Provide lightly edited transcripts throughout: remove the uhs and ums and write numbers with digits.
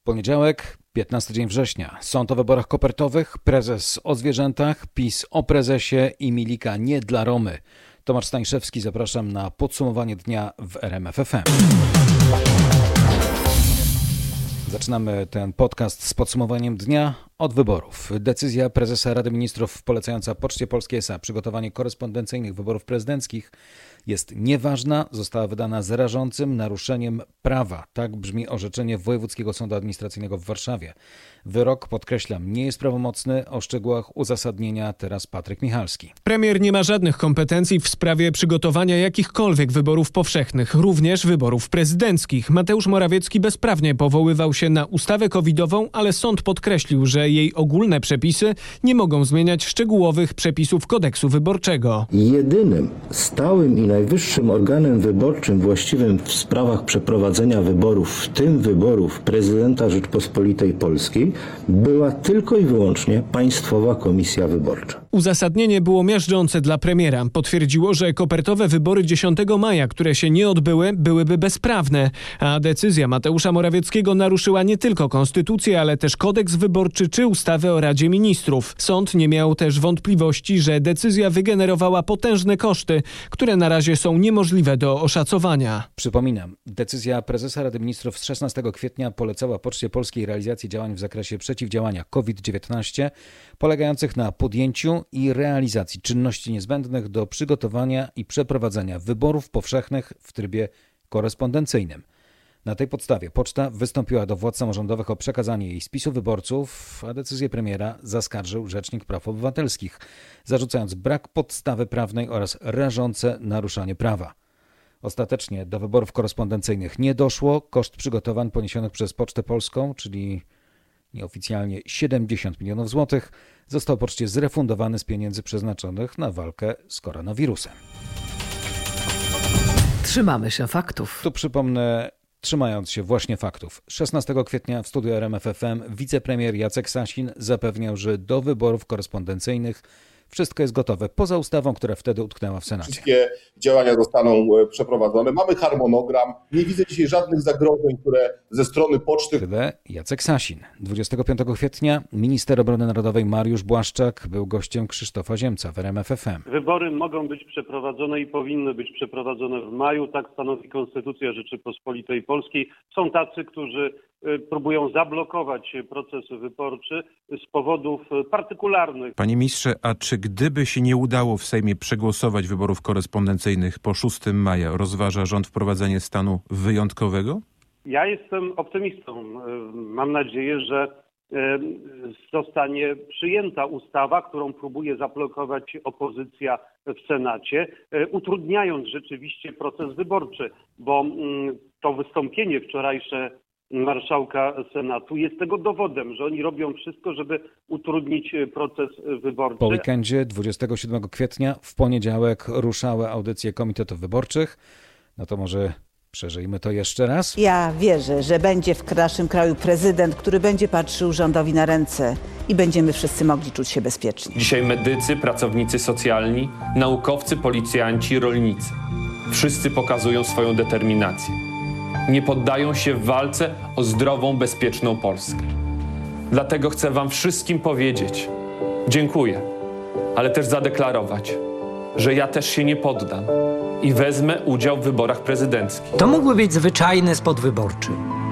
Poniedziałek, 15 dzień września. Sąd o wyborach kopertowych, prezes o zwierzętach, PiS o prezesie i Milika nie dla Romy. Tomasz Stańszewski, zapraszam na podsumowanie dnia w RMF FM. Zaczynamy ten podcast z podsumowaniem dnia od wyborów. Decyzja prezesa Rady Ministrów polecająca Poczcie Polskiej S.A. przygotowanie korespondencyjnych wyborów prezydenckich jest nieważna, została wydana z rażącym naruszeniem prawa. Tak brzmi orzeczenie Wojewódzkiego Sądu Administracyjnego w Warszawie. Wyrok, podkreślam, nie jest prawomocny. O szczegółach uzasadnienia teraz Patryk Michalski. Premier nie ma żadnych kompetencji w sprawie przygotowania jakichkolwiek wyborów powszechnych, również wyborów prezydenckich. Mateusz Morawiecki bezprawnie powoływał się na ustawę covidową, ale sąd podkreślił, że jej ogólne przepisy nie mogą zmieniać szczegółowych przepisów kodeksu wyborczego. Jedynym stałym i najwyższym organem wyborczym właściwym w sprawach przeprowadzenia wyborów, w tym wyborów prezydenta Rzeczpospolitej Polskiej, była tylko i wyłącznie Państwowa Komisja Wyborcza. Uzasadnienie było miażdżące dla premiera. Potwierdziło, że kopertowe wybory 10 maja, które się nie odbyły, byłyby bezprawne, a decyzja Mateusza Morawieckiego naruszyła nie tylko konstytucję, ale też kodeks wyborczy czy ustawę o Radzie Ministrów. Sąd nie miał też wątpliwości, że decyzja wygenerowała potężne koszty, które na razie są niemożliwe do oszacowania. Przypominam, decyzja prezesa Rady Ministrów z 16 kwietnia polecała Poczcie Polskiej realizację działań w zakresie przeciwdziałania COVID-19, polegających na podjęciu i realizacji czynności niezbędnych do przygotowania i przeprowadzenia wyborów powszechnych w trybie korespondencyjnym. Na tej podstawie poczta wystąpiła do władz samorządowych o przekazanie jej spisu wyborców, a decyzję premiera zaskarżył Rzecznik Praw Obywatelskich, zarzucając brak podstawy prawnej oraz rażące naruszanie prawa. Ostatecznie do wyborów korespondencyjnych nie doszło. Koszt przygotowań poniesionych przez Pocztę Polską, czyli nieoficjalnie 70 milionów złotych, został poczcie zrefundowany z pieniędzy przeznaczonych na walkę z koronawirusem. Trzymamy się faktów. Tu przypomnę, trzymając się właśnie faktów. 16 kwietnia w studiu RMF FM wicepremier Jacek Sasin zapewniał, że do wyborów korespondencyjnych wszystko jest gotowe, poza ustawą, która wtedy utknęła w Senacie. Wszystkie działania zostaną przeprowadzone. Mamy harmonogram. Nie widzę dzisiaj żadnych zagrożeń, które ze strony poczty... Tyle Jacek Sasin. 25 kwietnia minister obrony narodowej Mariusz Błaszczak był gościem Krzysztofa Ziemca w RMF FM. Wybory mogą być przeprowadzone i powinny być przeprowadzone w maju. Tak stanowi Konstytucja Rzeczypospolitej Polskiej. Są tacy, którzy próbują zablokować proces wyborczy z powodów partykularnych. Panie ministrze, a czy gdyby się nie udało w Sejmie przegłosować wyborów korespondencyjnych po 6 maja, rozważa rząd wprowadzenie stanu wyjątkowego? Ja jestem optymistą. Mam nadzieję, że zostanie przyjęta ustawa, którą próbuje zablokować opozycja w Senacie, utrudniając rzeczywiście proces wyborczy, bo to wystąpienie wczorajsze marszałka Senatu jest tego dowodem, że oni robią wszystko, żeby utrudnić proces wyborczy. Po weekendzie 27 kwietnia w poniedziałek ruszały audycje komitetów wyborczych. No to może przeżyjmy to jeszcze raz. Ja wierzę, że będzie w naszym kraju prezydent, który będzie patrzył rządowi na ręce i będziemy wszyscy mogli czuć się bezpiecznie. Dzisiaj medycy, pracownicy socjalni, naukowcy, policjanci, rolnicy. Wszyscy pokazują swoją determinację. Nie poddają się w walce o zdrową, bezpieczną Polskę. Dlatego chcę wam wszystkim powiedzieć dziękuję, ale też zadeklarować, że ja też się nie poddam i wezmę udział w wyborach prezydenckich. To mógłby być zwyczajny spot wyborczy.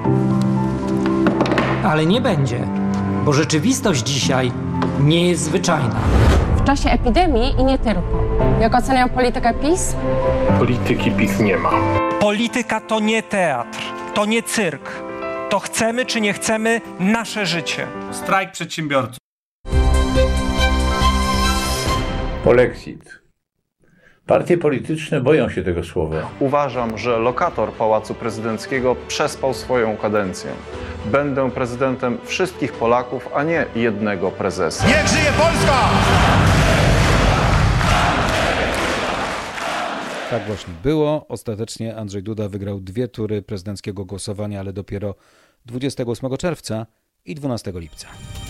Ale nie będzie, bo rzeczywistość dzisiaj nie jest zwyczajna. W czasie epidemii i nie tylko. Jak oceniam politykę PiS? Polityki PiS nie ma. Polityka to nie teatr, to nie cyrk. To chcemy czy nie chcemy nasze życie. Strajk przedsiębiorców. Polexit. Partie polityczne boją się tego słowa. Uważam, że lokator Pałacu Prezydenckiego przespał swoją kadencję. Będę prezydentem wszystkich Polaków, a nie jednego prezesa. Niech żyje Polska! Tak właśnie było. Ostatecznie Andrzej Duda wygrał 2 tury prezydenckiego głosowania, ale dopiero 28 czerwca i 12 lipca.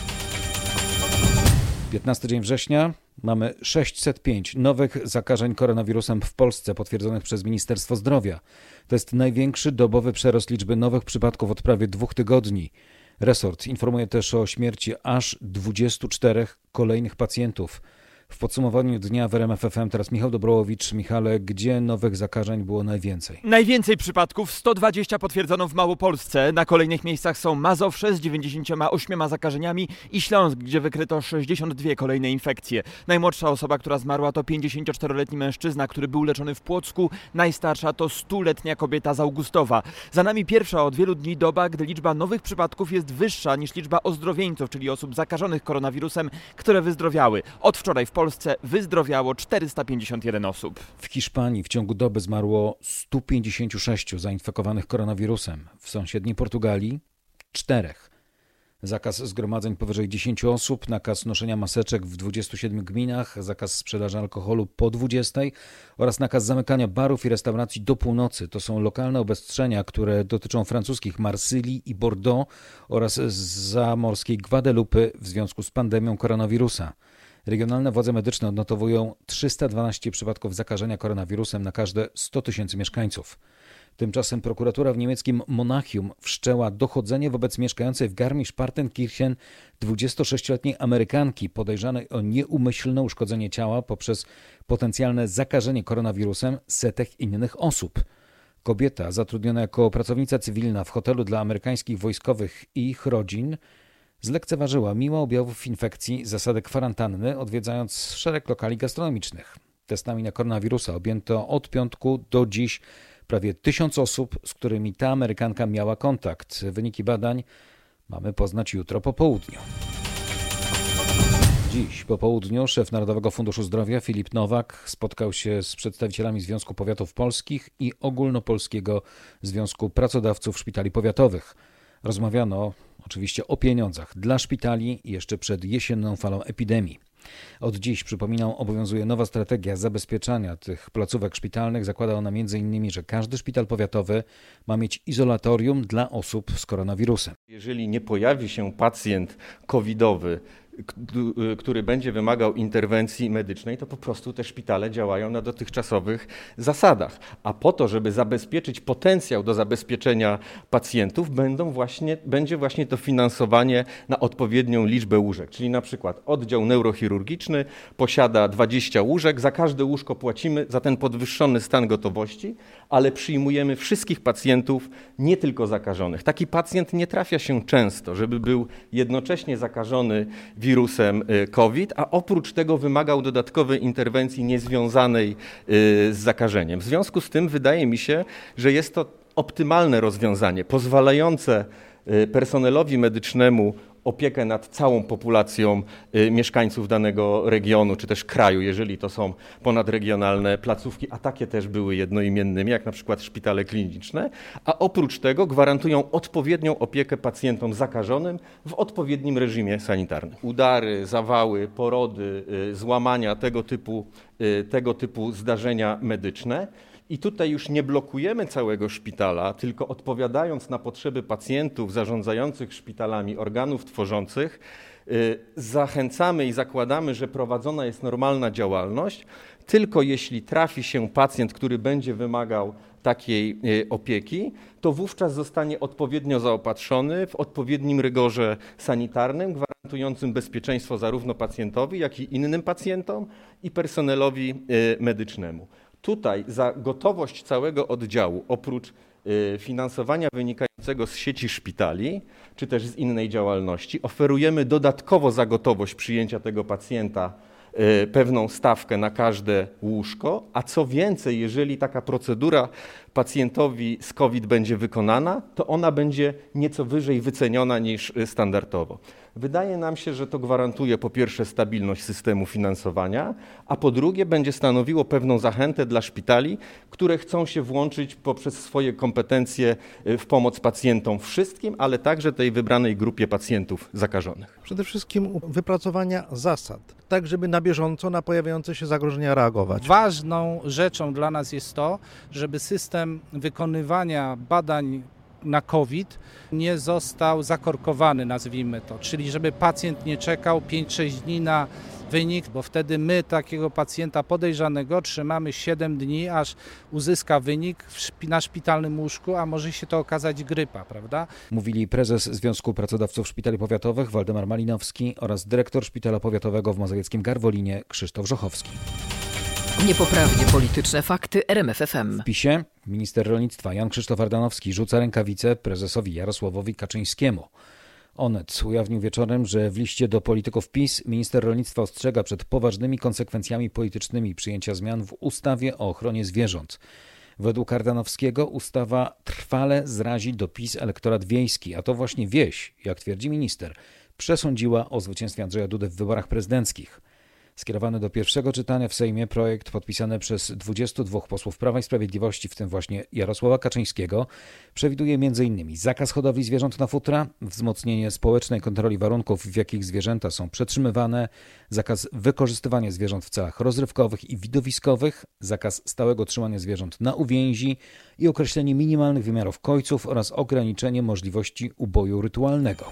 15 dzień września. Mamy 605 nowych zakażeń koronawirusem w Polsce potwierdzonych przez Ministerstwo Zdrowia. To jest największy dobowy przerost liczby nowych przypadków od prawie 2 tygodni. Resort informuje też o śmierci aż 24 kolejnych pacjentów. W podsumowaniu dnia w RMF FM teraz Michał Dobrołowicz. Michale, gdzie nowych zakażeń było najwięcej? Najwięcej przypadków, 120 potwierdzono w Małopolsce. Na kolejnych miejscach są Mazowsze z 98 zakażeniami i Śląsk, gdzie wykryto 62 kolejne infekcje. Najmłodsza osoba, która zmarła, to 54-letni mężczyzna, który był leczony w Płocku. Najstarsza to 100-letnia kobieta z Augustowa. Za nami pierwsza od wielu dni doba, gdy liczba nowych przypadków jest wyższa niż liczba ozdrowieńców, czyli osób zakażonych koronawirusem, które wyzdrowiały. Od wczoraj w Polsce wyzdrowiało 451 osób. W Hiszpanii w ciągu doby zmarło 156 zainfekowanych koronawirusem. W sąsiedniej Portugalii 4. Zakaz zgromadzeń powyżej 10 osób, nakaz noszenia maseczek w 27 gminach, zakaz sprzedaży alkoholu po 20 oraz nakaz zamykania barów i restauracji do północy. To są lokalne obostrzenia, które dotyczą francuskich Marsylii i Bordeaux oraz zamorskiej Gwadelupy w związku z pandemią koronawirusa. Regionalne władze medyczne odnotowują 312 przypadków zakażenia koronawirusem na każde 100 tysięcy mieszkańców. Tymczasem prokuratura w niemieckim Monachium wszczęła dochodzenie wobec mieszkającej w Garmisch-Partenkirchen 26-letniej Amerykanki podejrzanej o nieumyślne uszkodzenie ciała poprzez potencjalne zakażenie koronawirusem setek innych osób. Kobieta zatrudniona jako pracownica cywilna w hotelu dla amerykańskich wojskowych i ich rodzin zlekceważyła mimo objawów infekcji zasadę kwarantanny, odwiedzając szereg lokali gastronomicznych. Testami na koronawirusa objęto od piątku do dziś prawie 1000 osób, z którymi ta Amerykanka miała kontakt. Wyniki badań mamy poznać jutro po południu. Dziś po południu szef Narodowego Funduszu Zdrowia Filip Nowak spotkał się z przedstawicielami Związku Powiatów Polskich i Ogólnopolskiego Związku Pracodawców Szpitali Powiatowych. Rozmawiano oczywiście o pieniądzach dla szpitali jeszcze przed jesienną falą epidemii. Od dziś, przypominam, obowiązuje nowa strategia zabezpieczania tych placówek szpitalnych. Zakłada ona m.in., że każdy szpital powiatowy ma mieć izolatorium dla osób z koronawirusem. Jeżeli nie pojawi się pacjent covidowy, który będzie wymagał interwencji medycznej, to po prostu te szpitale działają na dotychczasowych zasadach. A po to, żeby zabezpieczyć potencjał do zabezpieczenia pacjentów, będzie właśnie to finansowanie na odpowiednią liczbę łóżek. Czyli na przykład oddział neurochirurgiczny posiada 20 łóżek, za każde łóżko płacimy za ten podwyższony stan gotowości, ale przyjmujemy wszystkich pacjentów, nie tylko zakażonych. Taki pacjent nie trafia się często, żeby był jednocześnie zakażony wirusem COVID, a oprócz tego wymagał dodatkowej interwencji niezwiązanej z zakażeniem. W związku z tym wydaje mi się, że jest to optymalne rozwiązanie, pozwalające personelowi medycznemu opiekę nad całą populacją mieszkańców danego regionu, czy też kraju, jeżeli to są ponadregionalne placówki, a takie też były jednoimiennymi, jak na przykład szpitale kliniczne, a oprócz tego gwarantują odpowiednią opiekę pacjentom zakażonym w odpowiednim reżimie sanitarnym. Udary, zawały, porody, złamania, tego typu zdarzenia medyczne. I tutaj już nie blokujemy całego szpitala, tylko odpowiadając na potrzeby pacjentów, zarządzających szpitalami, organów tworzących, zachęcamy i zakładamy, że prowadzona jest normalna działalność, tylko jeśli trafi się pacjent, który będzie wymagał takiej opieki, to wówczas zostanie odpowiednio zaopatrzony w odpowiednim rygorze sanitarnym, gwarantującym bezpieczeństwo zarówno pacjentowi, jak i innym pacjentom i personelowi medycznemu. Tutaj za gotowość całego oddziału, oprócz finansowania wynikającego z sieci szpitali, czy też z innej działalności, oferujemy dodatkowo za gotowość przyjęcia tego pacjenta pewną stawkę na każde łóżko, a co więcej, jeżeli taka procedura pacjentowi z COVID będzie wykonana, to ona będzie nieco wyżej wyceniona niż standardowo. Wydaje nam się, że to gwarantuje po pierwsze stabilność systemu finansowania, a po drugie będzie stanowiło pewną zachętę dla szpitali, które chcą się włączyć poprzez swoje kompetencje w pomoc pacjentom wszystkim, ale także tej wybranej grupie pacjentów zakażonych. Przede wszystkim wypracowania zasad, tak żeby na bieżąco na pojawiające się zagrożenia reagować. Ważną rzeczą dla nas jest to, żeby system wykonywania badań na COVID nie został zakorkowany, nazwijmy to, czyli żeby pacjent nie czekał 5-6 dni na wynik, bo wtedy my takiego pacjenta podejrzanego trzymamy 7 dni, aż uzyska wynik na szpitalnym łóżku, a może się to okazać grypa, prawda? Mówili prezes Związku Pracodawców Szpitali Powiatowych Waldemar Malinowski oraz dyrektor Szpitala Powiatowego w mazowieckim Garwolinie Krzysztof Żochowski. Niepoprawnie polityczne fakty RMF FM. W PiS-ie minister rolnictwa Jan Krzysztof Ardanowski rzuca rękawice prezesowi Jarosławowi Kaczyńskiemu. Onet ujawnił wieczorem, że w liście do polityków PiS minister rolnictwa ostrzega przed poważnymi konsekwencjami politycznymi przyjęcia zmian w ustawie o ochronie zwierząt. Według Ardanowskiego ustawa trwale zrazi do PiS elektorat wiejski, a to właśnie wieś, jak twierdzi minister, przesądziła o zwycięstwie Andrzeja Dudy w wyborach prezydenckich. Skierowany do pierwszego czytania w Sejmie projekt podpisany przez 22 posłów Prawa i Sprawiedliwości, w tym właśnie Jarosława Kaczyńskiego, przewiduje m.in. zakaz hodowli zwierząt na futra, wzmocnienie społecznej kontroli warunków, w jakich zwierzęta są przetrzymywane, zakaz wykorzystywania zwierząt w celach rozrywkowych i widowiskowych, zakaz stałego trzymania zwierząt na uwięzi i określenie minimalnych wymiarów kojców oraz ograniczenie możliwości uboju rytualnego.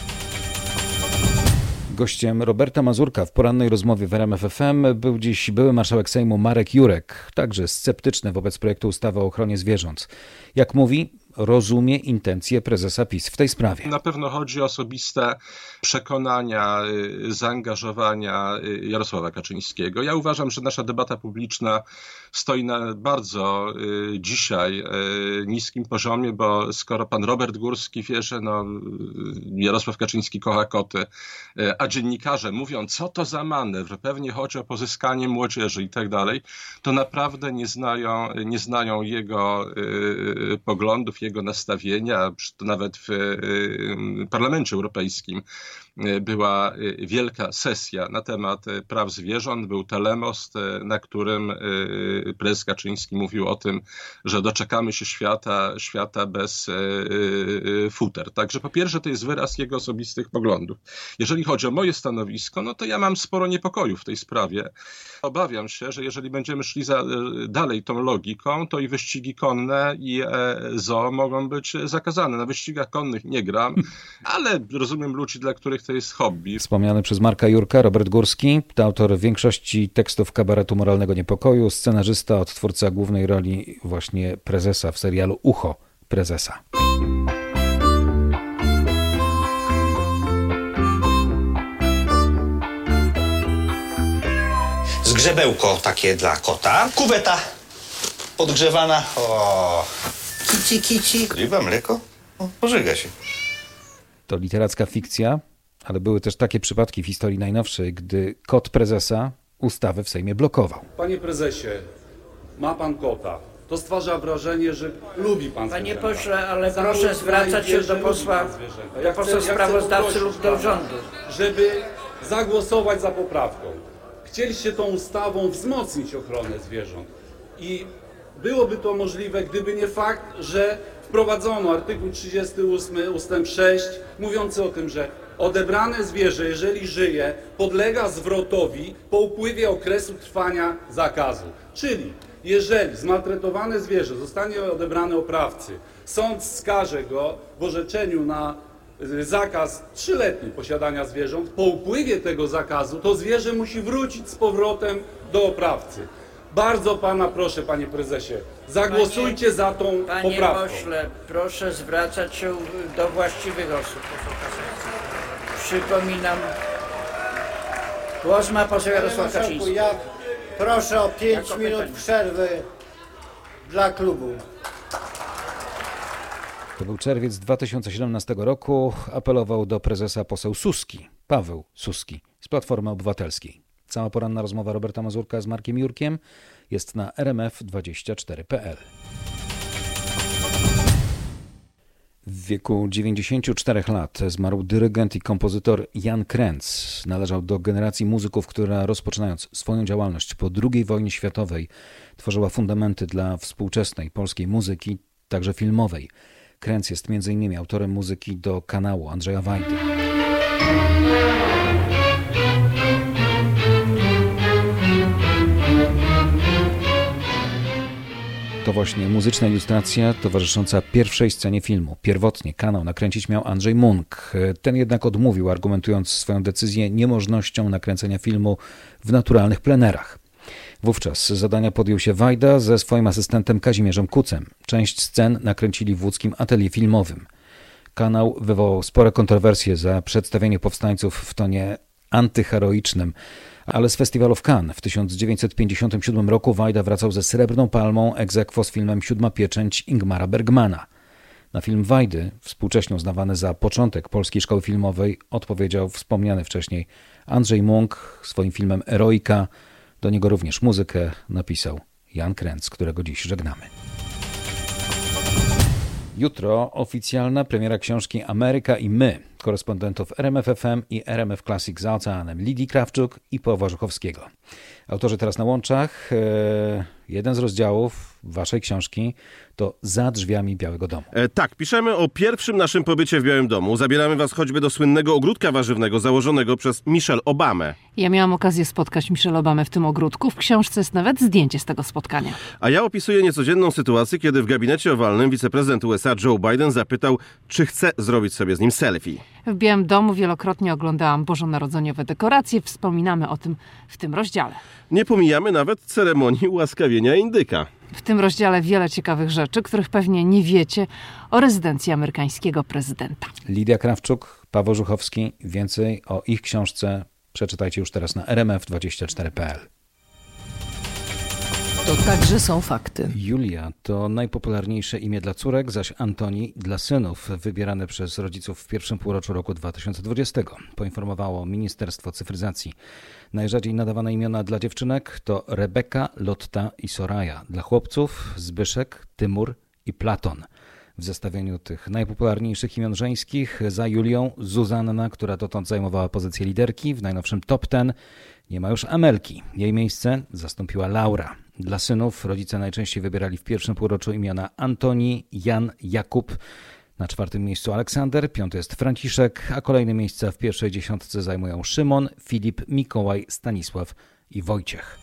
Gościem Roberta Mazurka w porannej rozmowie w RMF FM był dziś były marszałek Sejmu Marek Jurek, także sceptyczny wobec projektu ustawy o ochronie zwierząt. Jak mówi, rozumie intencje prezesa PiS w tej sprawie. Na pewno chodzi o osobiste przekonania, zaangażowania Jarosława Kaczyńskiego. Ja uważam, że nasza debata publiczna stoi na bardzo dzisiaj niskim poziomie, bo skoro pan Robert Górski wie, że Jarosław Kaczyński kocha koty, a dziennikarze mówią, co to za manewr, pewnie chodzi o pozyskanie młodzieży i tak dalej, to naprawdę nie znają jego poglądów, jego nastawienia. Nawet w Parlamencie Europejskim była wielka sesja na temat praw zwierząt, był telemost, na którym prezes Kaczyński mówił o tym, że doczekamy się świata bez futer. Także po pierwsze to jest wyraz jego osobistych poglądów. Jeżeli chodzi o moje stanowisko, to ja mam sporo niepokoju w tej sprawie. Obawiam się, że jeżeli będziemy szli dalej tą logiką, to i wyścigi konne i zoo mogą być zakazane. Na wyścigach konnych nie gram, ale rozumiem ludzi, dla których to jest hobby. Wspomniany przez Marka Jurka Robert Górski, to autor większości tekstów kabaretu Moralnego Niepokoju, scenarzysta, odtwórca głównej roli właśnie prezesa w serialu Ucho prezesa. Zgrzebełko takie dla kota. Kuweta podgrzewana. O, kici. Ryba, mleko. Pożyga się. To literacka fikcja, ale były też takie przypadki w historii najnowszej, gdy kot prezesa ustawy w Sejmie blokował. Panie prezesie, ma pan kota. To stwarza wrażenie, że lubi pan Panie zwierzęta. pośle, ale proszę zwracać się do posła sprawozdawcy lub do rządu. Żeby zagłosować za poprawką. Chcieliście tą ustawą wzmocnić ochronę zwierząt i byłoby to możliwe, gdyby nie fakt, że wprowadzono artykuł 38 ustęp 6 mówiący o tym, że odebrane zwierzę, jeżeli żyje, podlega zwrotowi po upływie okresu trwania zakazu. Czyli jeżeli zmaltretowane zwierzę zostanie odebrane oprawcy, sąd skaże go w orzeczeniu na zakaz 3-letni posiadania zwierząt, po upływie tego zakazu to zwierzę musi wrócić z powrotem do oprawcy. Bardzo pana proszę, panie prezesie, zagłosujcie za tą poprawką. Panie pośle, proszę zwracać się do właściwych osób. Przypominam, głos ma poseł Jarosław Kaczyński. Ja proszę o 5 minut przerwy dla klubu. To był czerwiec 2017 roku. Apelował do prezesa poseł Suski, Paweł Suski z Platformy Obywatelskiej. Cała poranna rozmowa Roberta Mazurka z Markiem Jurkiem jest na rmf24.pl. W wieku 94 lat zmarł dyrygent i kompozytor Jan Krenz. Należał do generacji muzyków, która rozpoczynając swoją działalność po II wojnie światowej tworzyła fundamenty dla współczesnej polskiej muzyki, także filmowej. Krenz jest m.in. autorem muzyki do Kanału Andrzeja Wajdy. To właśnie muzyczna ilustracja towarzysząca pierwszej scenie filmu. Pierwotnie kanał nakręcić miał Andrzej Munk. Ten jednak odmówił, argumentując swoją decyzję niemożnością nakręcenia filmu w naturalnych plenerach. Wówczas zadania podjął się Wajda ze swoim asystentem Kazimierzem Kucem. Część scen nakręcili w łódzkim atelier filmowym. Kanał wywołał spore kontrowersje za przedstawienie powstańców w tonie antyheroicznym, ale z festiwalu w Cannes w 1957 roku Wajda wracał ze Srebrną Palmą ex aequo z filmem Siódma pieczęć Ingmara Bergmana. Na film Wajdy, współcześnie uznawany za początek polskiej szkoły filmowej, odpowiedział wspomniany wcześniej Andrzej Munk swoim filmem Eroika. Do niego również muzykę napisał Jan Kręc, którego dziś żegnamy. Jutro oficjalna premiera książki Ameryka i my, korespondentów RMF FM i RMF Classic za oceanem, Lidii Krawczuk i Pawła Żuchowskiego. Autorzy teraz na łączach. Jeden z rozdziałów waszej książki to Za drzwiami Białego Domu. Tak, piszemy o pierwszym naszym pobycie w Białym Domu. Zabieramy was choćby do słynnego ogródka warzywnego założonego przez Michelle Obamę. Ja miałam okazję spotkać Michelle Obamę w tym ogródku. W książce jest nawet zdjęcie z tego spotkania. A ja opisuję niecodzienną sytuację, kiedy w gabinecie owalnym wiceprezydent USA Joe Biden zapytał, czy chce zrobić sobie z nim selfie. W Białym Domu wielokrotnie oglądałam bożonarodzeniowe dekoracje. Wspominamy o tym w tym rozdziale. Nie pomijamy nawet ceremonii ułaskawienia indyka. W tym rozdziale wiele ciekawych rzeczy, których pewnie nie wiecie o rezydencji amerykańskiego prezydenta. Lidia Krawczuk, Paweł Żuchowski. Więcej o ich książce przeczytajcie już teraz na rmf24.pl. To także są fakty. Julia to najpopularniejsze imię dla córek, zaś Antoni dla synów, wybierane przez rodziców w pierwszym półroczu roku 2020, poinformowało Ministerstwo Cyfryzacji. Najrzadziej nadawane imiona dla dziewczynek to Rebeka, Lotta i Soraya. Dla chłopców Zbyszek, Tymur i Platon. W zestawieniu tych najpopularniejszych imion żeńskich za Julią Zuzanna, która dotąd zajmowała pozycję liderki. W najnowszym top 10 nie ma już Amelki. Jej miejsce zastąpiła Laura. Dla synów rodzice najczęściej wybierali w pierwszym półroczu imiona Antoni, Jan, Jakub. Na 4. miejscu Aleksander, 5. jest Franciszek, a kolejne miejsca w pierwszej 10 zajmują Szymon, Filip, Mikołaj, Stanisław i Wojciech.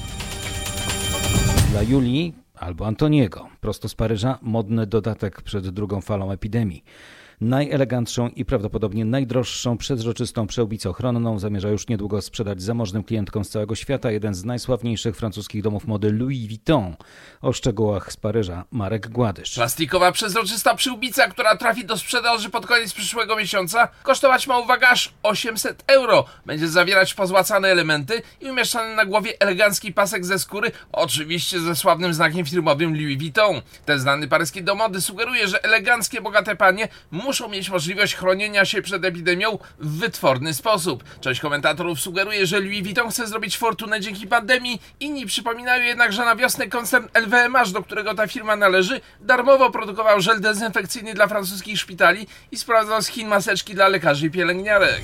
Dla Julii albo Antoniego, prosto z Paryża, modny dodatek przed drugą falą epidemii. Najelegantszą i prawdopodobnie najdroższą przezroczystą przyłbicę ochronną zamierza już niedługo sprzedać zamożnym klientkom z całego świata jeden z najsławniejszych francuskich domów mody Louis Vuitton. O szczegółach z Paryża Marek Gładysz. Plastikowa przezroczysta przyłbica, która trafi do sprzedaży pod koniec przyszłego miesiąca, kosztować ma, uwaga, aż 800 €. Będzie zawierać pozłacane elementy i umieszczany na głowie elegancki pasek ze skóry, oczywiście ze sławnym znakiem firmowym Louis Vuitton. Ten znany paryski dom mody sugeruje, że eleganckie, bogate panie muszą mieć możliwość chronienia się przed epidemią w wytworny sposób. Część komentatorów sugeruje, że Louis Vuitton chce zrobić fortunę dzięki pandemii. Inni przypominają jednak, że na wiosnę koncern LVMH, do którego ta firma należy, darmowo produkował żel dezynfekcyjny dla francuskich szpitali i sprowadzał z Chin maseczki dla lekarzy i pielęgniarek.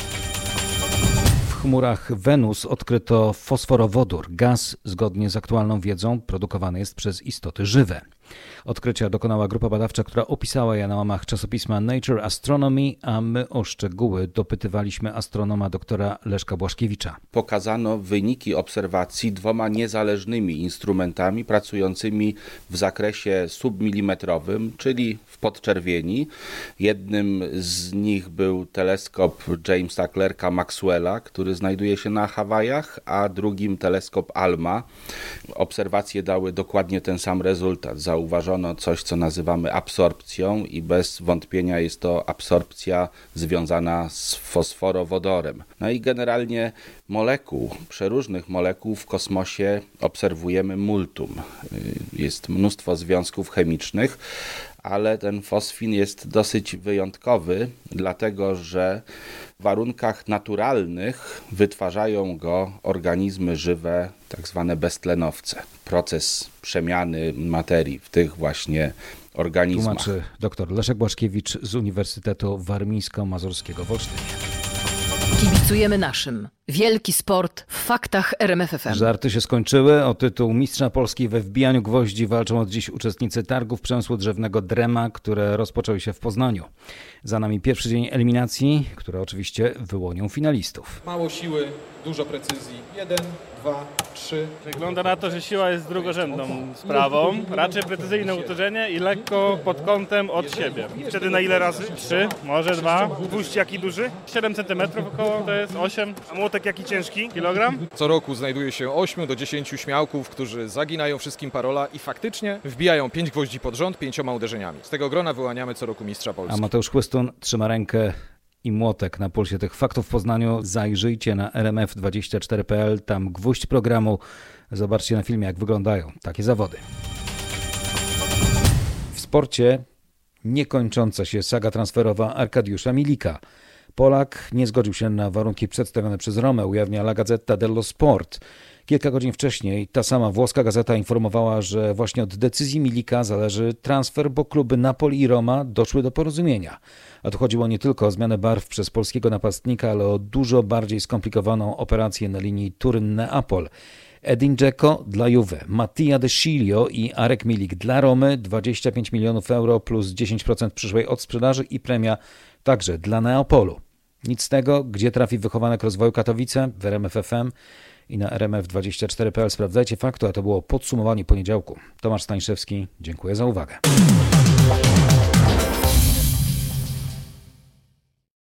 W chmurach Wenus odkryto fosforowodór. Gaz, zgodnie z aktualną wiedzą, produkowany jest przez istoty żywe. Odkrycia dokonała grupa badawcza, która opisała je na łamach czasopisma Nature Astronomy, a my o szczegóły dopytywaliśmy astronoma doktora Leszka Błaszkiewicza. Pokazano wyniki obserwacji 2 niezależnymi instrumentami pracującymi w zakresie submilimetrowym, czyli w podczerwieni. Jednym z nich był teleskop Jamesa Clerka Maxwella, który znajduje się na Hawajach, a drugim teleskop ALMA. Obserwacje dały dokładnie ten sam rezultat. Zauważono coś, co nazywamy absorpcją i bez wątpienia jest to absorpcja związana z fosforowodorem. No i generalnie przeróżnych molekuł w kosmosie obserwujemy multum. Jest mnóstwo związków chemicznych, ale ten fosfin jest dosyć wyjątkowy, dlatego że w warunkach naturalnych wytwarzają go organizmy żywe, tak zwane beztlenowce. Proces przemiany materii w tych właśnie organizmach. Tłumaczy dr Leszek Błaszkiewicz z Uniwersytetu Warmińsko-Mazurskiego w Olsztynie. Kibicujemy naszym. Wielki sport w faktach RMF FM. Żarty się skończyły. O tytuł mistrza Polski we wbijaniu gwoździ walczą od dziś uczestnicy targów przemysłu drzewnego Drema, które rozpoczęły się w Poznaniu. Za nami pierwszy dzień eliminacji, które oczywiście wyłonią finalistów. Mało siły, dużo precyzji. 1, 2, 3. Wygląda na to, że siła jest drugorzędną sprawą. Raczej precyzyjne uderzenie i lekko pod kątem od siebie. Wtedy na ile razy? 3, może 2. Gwóźdź jaki duży? 7 cm około, to jest 8. A młotek jaki ciężki? Kilogram? Co roku znajduje się 8 do 10 śmiałków, którzy zaginają wszystkim parola i faktycznie wbijają 5 gwoździ pod rząd 5 uderzeniami. Z tego grona wyłaniamy co roku mistrza Polski. A Mateusz Chłystun trzyma rękę i młotek na pulsie tych faktów w Poznaniu. Zajrzyjcie na rmf24.pl, tam gwóźdź programu. Zobaczcie na filmie, jak wyglądają takie zawody. W sporcie niekończąca się saga transferowa Arkadiusza Milika. Polak nie zgodził się na warunki przedstawione przez Romę, ujawnia La Gazzetta dello Sport. Kilka godzin wcześniej ta sama włoska gazeta informowała, że właśnie od decyzji Milika zależy transfer, bo kluby Napoli i Roma doszły do porozumienia. A tu chodziło nie tylko o zmianę barw przez polskiego napastnika, ale o dużo bardziej skomplikowaną operację na linii Turyn-Neapol. Edin Dzeko dla Juve, Mattia De Sciglio i Arek Milik dla Romy, 25 milionów euro plus 10% przyszłej odsprzedaży i premia także dla Neapolu. Nic z tego, gdzie trafi wychowanek rozwoju Katowice w RMF FM i na rmf24.pl. Sprawdzajcie fakty, a to było podsumowanie poniedziałku. Tomasz Stańszewski, dziękuję za uwagę.